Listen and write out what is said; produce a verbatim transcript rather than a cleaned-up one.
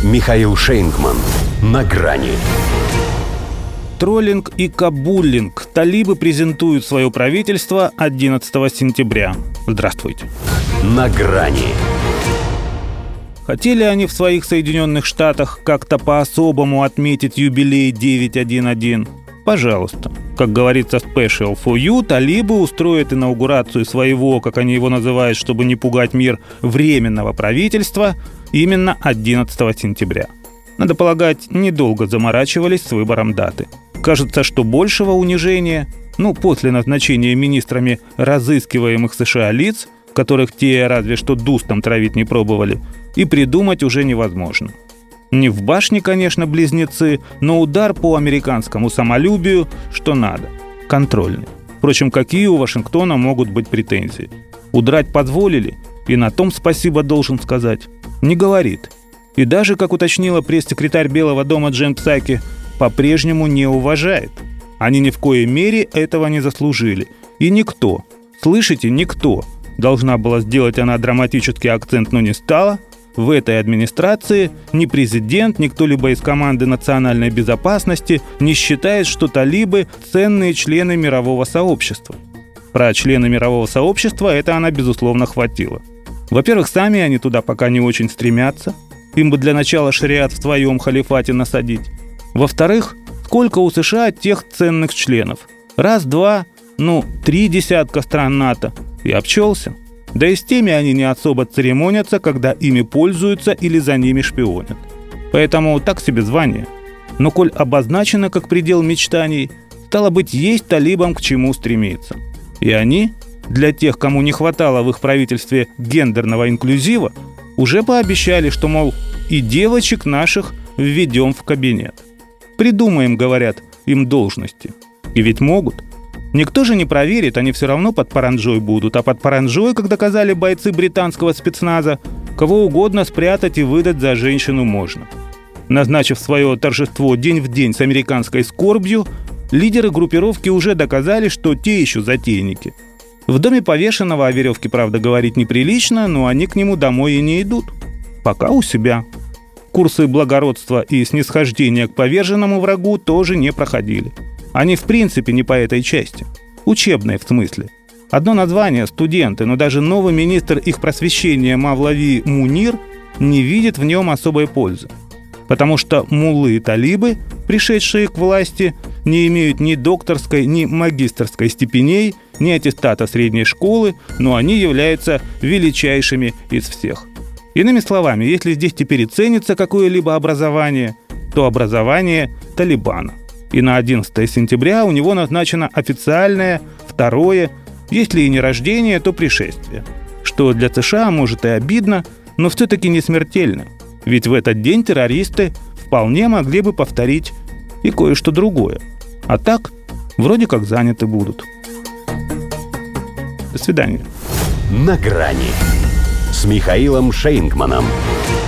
Михаил Шейнгман. На грани. Троллинг и кабуллинг. Талибы презентуют свое правительство одиннадцатого сентября. Здравствуйте. На грани. Хотели они в своих Соединенных Штатах как-то по-особому отметить юбилей девять одиннадцать? Пожалуйста. Как говорится, special for you, талибы устроят инаугурацию своего, как они его называют, чтобы не пугать мир, временного правительства именно одиннадцатого сентября. Надо полагать, недолго заморачивались с выбором даты. Кажется, что большего унижения, ну, после назначения министрами разыскиваемых США лиц, которых те разве что дустом травить не пробовали, и придумать уже невозможно. Не в башне, конечно, близнецы, но удар по американскому самолюбию, что надо, контрольный. Впрочем, какие у Вашингтона могут быть претензии? Удрать позволили, и на том спасибо должен сказать. Не говорит. И даже, как уточнила пресс-секретарь Белого дома Джен Псаки, по-прежнему не уважает. Они ни в коей мере этого не заслужили. И никто, слышите, никто, должна была сделать она драматический акцент, но не стала, в этой администрации ни президент, ни кто-либо из команды национальной безопасности не считает, что талибы – ценные члены мирового сообщества. Про члены мирового сообщества это она, безусловно, хватило. Во-первых, сами они туда пока не очень стремятся. Им бы для начала шариат в своем халифате насадить. Во-вторых, сколько у США тех ценных членов? Раз, два, ну, три десятка стран НАТО. И обчелся. Да и с теми они не особо церемонятся, когда ими пользуются или за ними шпионят. Поэтому так себе звание. Но коль обозначено как предел мечтаний, стало быть, есть талибам к чему стремиться. И они, для тех, кому не хватало в их правительстве гендерного инклюзива, уже пообещали, что, мол, и девочек наших введем в кабинет. Придумаем, говорят, им должности. И ведь могут. Никто же не проверит, они все равно под паранджой будут. А под паранджой, как доказали бойцы британского спецназа, кого угодно спрятать и выдать за женщину можно. Назначив свое торжество день в день с американской скорбью, лидеры группировки уже доказали, что те еще затейники. В доме повешенного о веревке, правда, говорить неприлично, но они к нему домой и не идут. Пока у себя. Курсы благородства и снисхождения к поверженному врагу тоже не проходили. Они в принципе не по этой части. Учебной в смысле. Одно название – студенты, но даже новый министр их просвещения Мавлави Мунир не видит в нем особой пользы. Потому что муллы и талибы, пришедшие к власти, не имеют ни докторской, ни магистерской степеней, ни аттестата средней школы, но они являются величайшими из всех. Иными словами, если здесь теперь и ценится какое-либо образование, то образование Талибана. И на одиннадцатого сентября у него назначено официальное, второе, если и не рождение, то пришествие. Что для США может и обидно, но все-таки не смертельно. Ведь в этот день террористы вполне могли бы повторить и кое-что другое. А так, вроде как заняты будут. До свидания. На грани с Михаилом Шейнгманом.